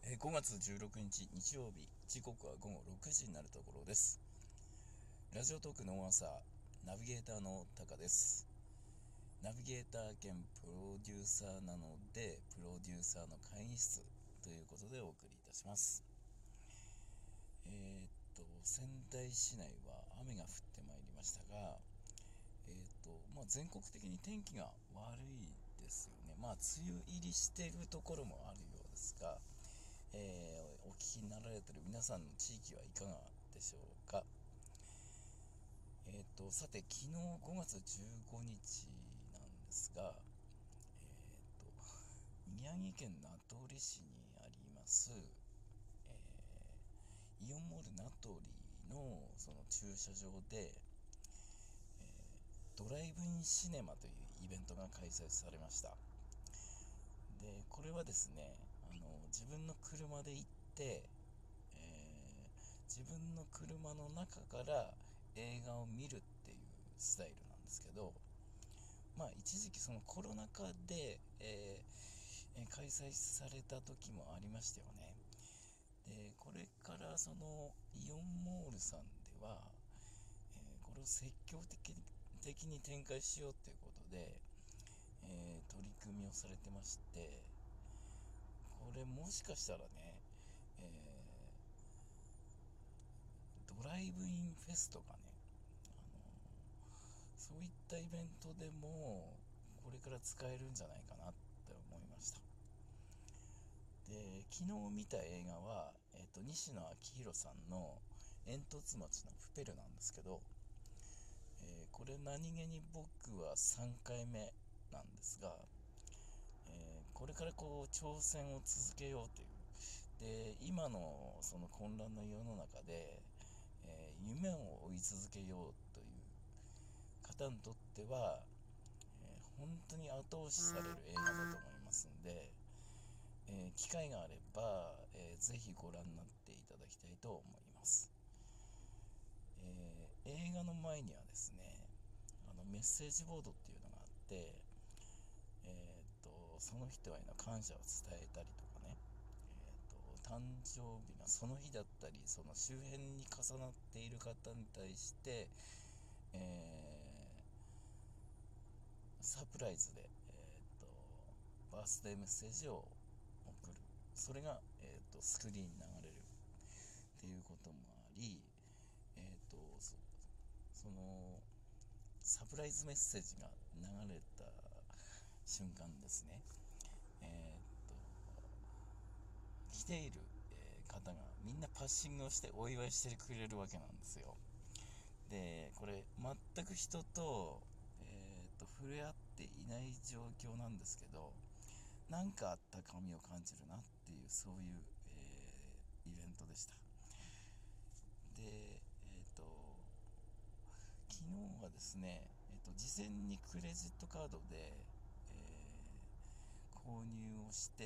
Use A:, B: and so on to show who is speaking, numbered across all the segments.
A: 5月16日日曜日、時刻は午後6時になるところです。ラジオトークの朝、ナビゲーターのタカです。ナビゲーター兼プロデューサーなので、プロデューサーの会議室ということでお送りいたします。仙台市内は雨が降ってまいりましたが、全国的に天気が悪いですよね。梅雨入りしているところもあるようですが、お聞きになられている皆さんの地域はいかがでしょうか。さて、昨日5月15日なんですが、宮城県名取市にあります、イオンモール名取のその駐車場で、ドライブインシネマというイベントが開催されました。で、これはですね、自分の車で行って、自分の車の中から映画を見るっていうスタイルなんですけど、一時期そのコロナ禍で、開催された時もありましたよね。で、これからそのイオンモールさんでは、これを積極的に展開しようということで、取り組みをされてまして、これもしかしたらね、ドライブインフェスとかね、そういったイベントでもこれから使えるんじゃないかなって思いました。で、昨日見た映画は、西野昭弘さんの煙突町のプペルなんですけど、これ何気に僕は3回目なんですが、これからこう挑戦を続けようという、で今のその混乱の世の中で、夢を追い続けようという方にとっては、本当に後押しされる映画だと思いますんで、機会があれば、ぜひご覧になっていただきたいと思います。映画の前にはですね、メッセージボードっていうのがあって、その人への感謝を伝えたりとかね、誕生日がその日だったり、その周辺に重なっている方に対して、サプライズで、バースデーメッセージを送る。それが、スクリーンに流れるっていうこともあり、えー、とそそのサプライズメッセージが流れた瞬間ですね、えー、と来ている、方がみんなパッシングをしてお祝いしてくれるわけなんですよ。で、これ全く人と、触れ合っていない状況なんですけど、何かあったかみを感じるなっていう、そういう、イベントでした。で、昨日はですね、事前にクレジットカードで、購入をして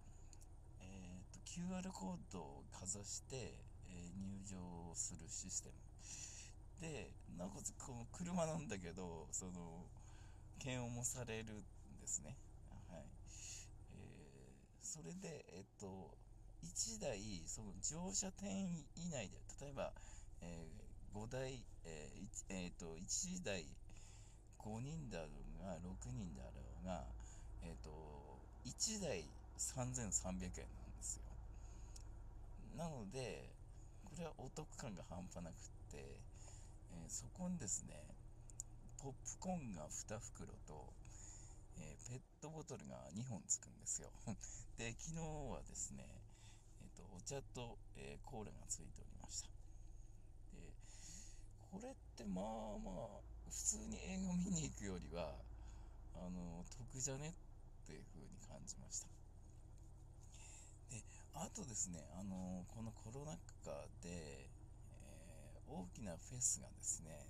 A: 、QR コードをかざして、入場するシステムで、なおかつこの車なんだけど、その検温もされるんですね。はい。それで、1台その乗車定員以内で、例えば、5台、1台5人だろうが6人だろうが、1台3300円なんですよ。なので、これはお得感が半端なくって、そこにですね、ポップコーンが2袋と、ペットボトルが2本つくんですよ。で、昨日はですね、お茶と、コーラがついておりました。で、これって普通に映画見に行くよりは得じゃねっていう風に感じました。で、あとですね、このコロナ禍で、大きなフェスがですね、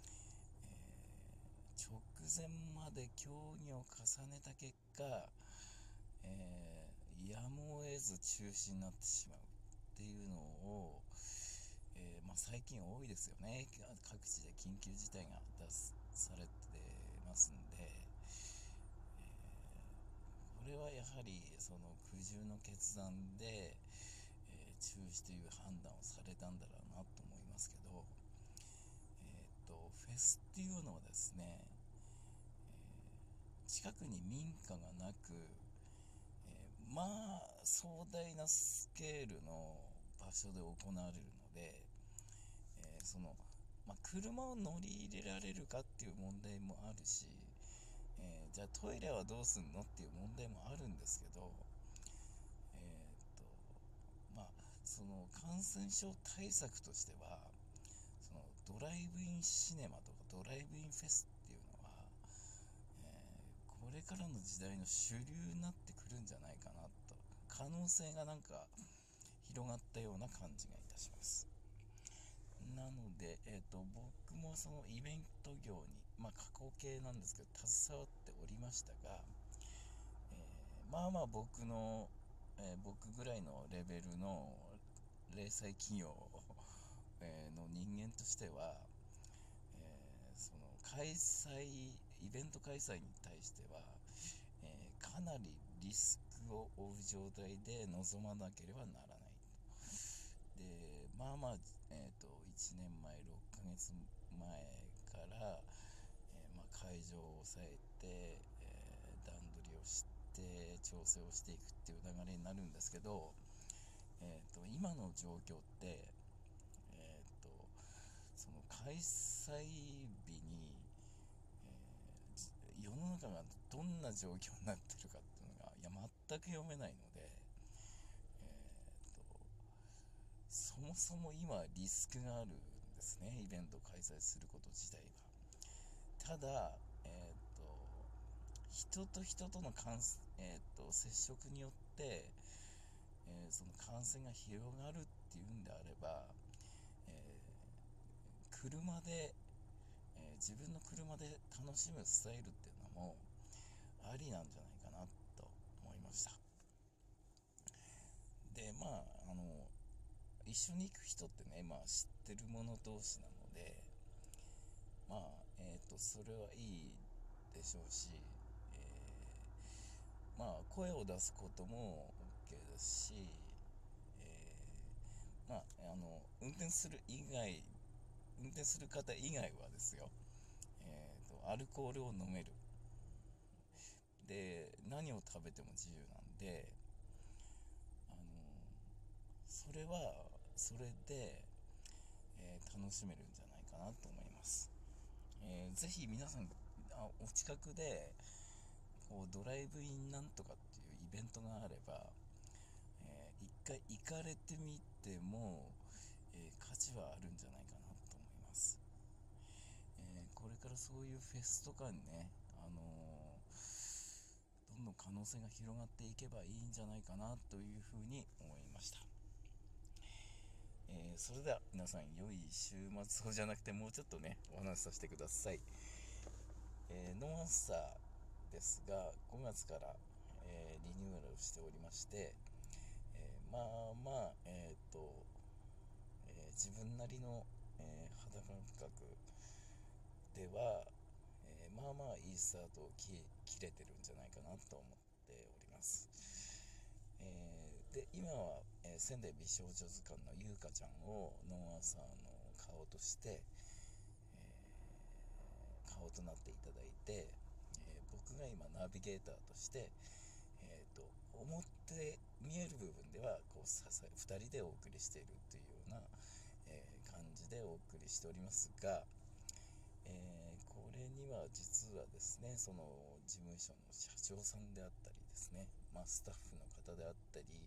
A: 直前まで協議を重ねた結果、やむを得ず中止になってしまうっていうのを、最近多いですよね。各地で緊急事態が出されてますんで、これはやはりその苦渋の決断で、 中止という判断をされたんだろうなと思いますけど、フェスっていうのはですね、近くに民家がなく、まあ壮大なスケールの場所で行われるので、車を乗り入れられるかっていう問題もあるし、じゃあトイレはどうすんのっていう問題もあるんですけど、その感染症対策としては、そのドライブインシネマとかドライブインフェスっていうのは、これからの時代の主流になってくるんじゃないかなと、可能性がなんか広がったような感じがいたします。なので、僕もそのイベント業に、過去形なんですけど携わっておりましたが、僕ぐらいのレベルの零細企業の人間としては、そのイベント開催に対しては、かなりリスクを負う状態で臨まなければならない。で、1年前、6ヶ月前から、会場を抑えて、段取りをして調整をしていくっていう流れになるんですけど、今の状況って、その開催日に、世の中がどんな状況になってるかっていうのが全く読めないので、そもそも今リスクがあるんですね、イベントを開催すること自体は。ただ、人と人との接触によって、その感染が広がるっていうんであれば、車で、自分の車で楽しむスタイルっていうのもありなんじゃないかなと思いました。で、一緒に行く人ってね、知ってる者同士なので、それはいいでしょうし、声を出すことも OK ですし、運転する方以外はですよ、アルコールを飲める。で、何を食べても自由なんで、それはそれで、楽しめるんじゃないかなと思います。ぜひ皆さんお近くでこうドライブインなんとかっていうイベントがあれば、一回行かれてみても、価値はあるんじゃないかなと思います。これからそういうフェスとかにね、どんどん可能性が広がっていけばいいんじゃないかなというふうに思いました。それでは皆さん良い週末をじゃなくてもうちょっとねお話しさせてください。ノンアンサーですが5月から、リニューアルをしておりまして、自分なりの、肌感覚では、いいスタートを切れてるんじゃないかなと思っております。で今は、仙台美少女図鑑のゆうかちゃんをノンアンサーの顔として、顔となっていただいて、僕が今ナビゲーターとして、表見える部分ではこう2人でお送りしているというような、感じでお送りしておりますが、これには実はですね、その事務所の社長さんであったりですね、スタッフの方であったり、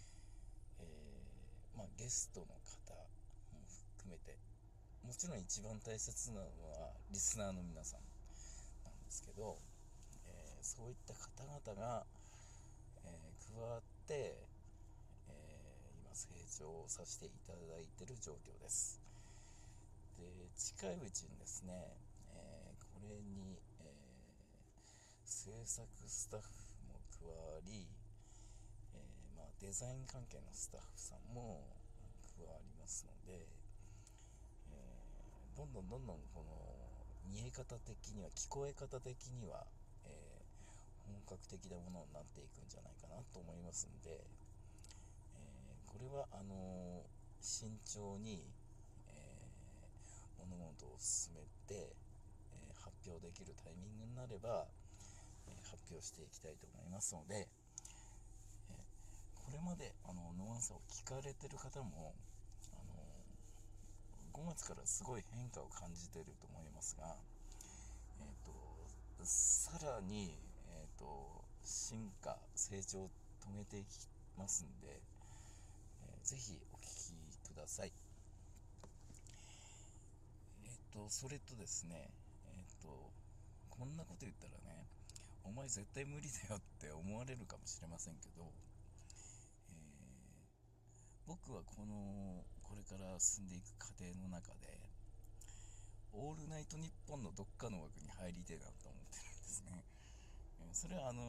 A: ゲストの方も含めて、もちろん一番大切なのはリスナーの皆さんなんですけど、そういった方々が、加わって、今成長させていただいている状況です。で、近いうちにですね、これに、制作スタッフも加わり、デザイン関係のスタッフさんも加わりますので、どんどんこの見え方的には聞こえ方的には、本格的なものになっていくんじゃないかなと思いますんで、これは慎重に、物事を進めて、発表できるタイミングになれば、発表していきたいと思いますので、これまでノアンサーを聞かれてる方も5月からすごい変化を感じていると思いますが、さらに、進化成長を遂げていきますんで、ぜひお聞きください。それとですね、こんなこと言ったらね、お前絶対無理だよって思われるかもしれませんけど、僕はこれから進んでいく過程の中で、オールナイトニッポンのどっかの枠に入りたいなと思ってるんですね。それは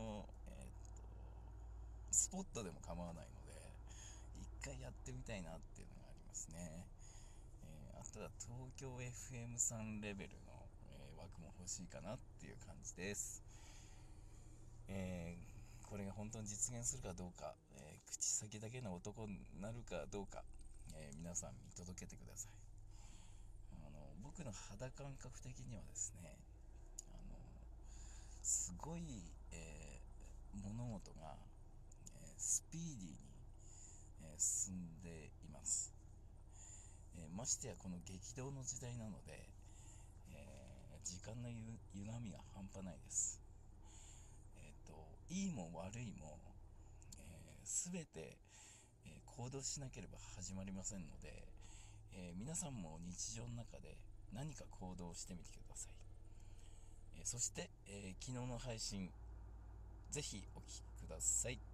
A: スポットでも構わないので、一回やってみたいなっていうのがありますね。あとは東京 FM さんレベルの、枠も欲しいかなっていう感じです。これが本当に実現するかどうか、口先だけの男になるかどうか、皆さん見届けてください。僕の肌感覚的にはですね、すごい、物事が、スピーディーに、進んでいます。ましてやこの激動の時代なので、時間の歪みが半端ないです。いいも悪いも、全て、行動しなければ始まりませんので、皆さんも日常の中で何か行動してみてください。そして、昨日の配信ぜひお聞きください。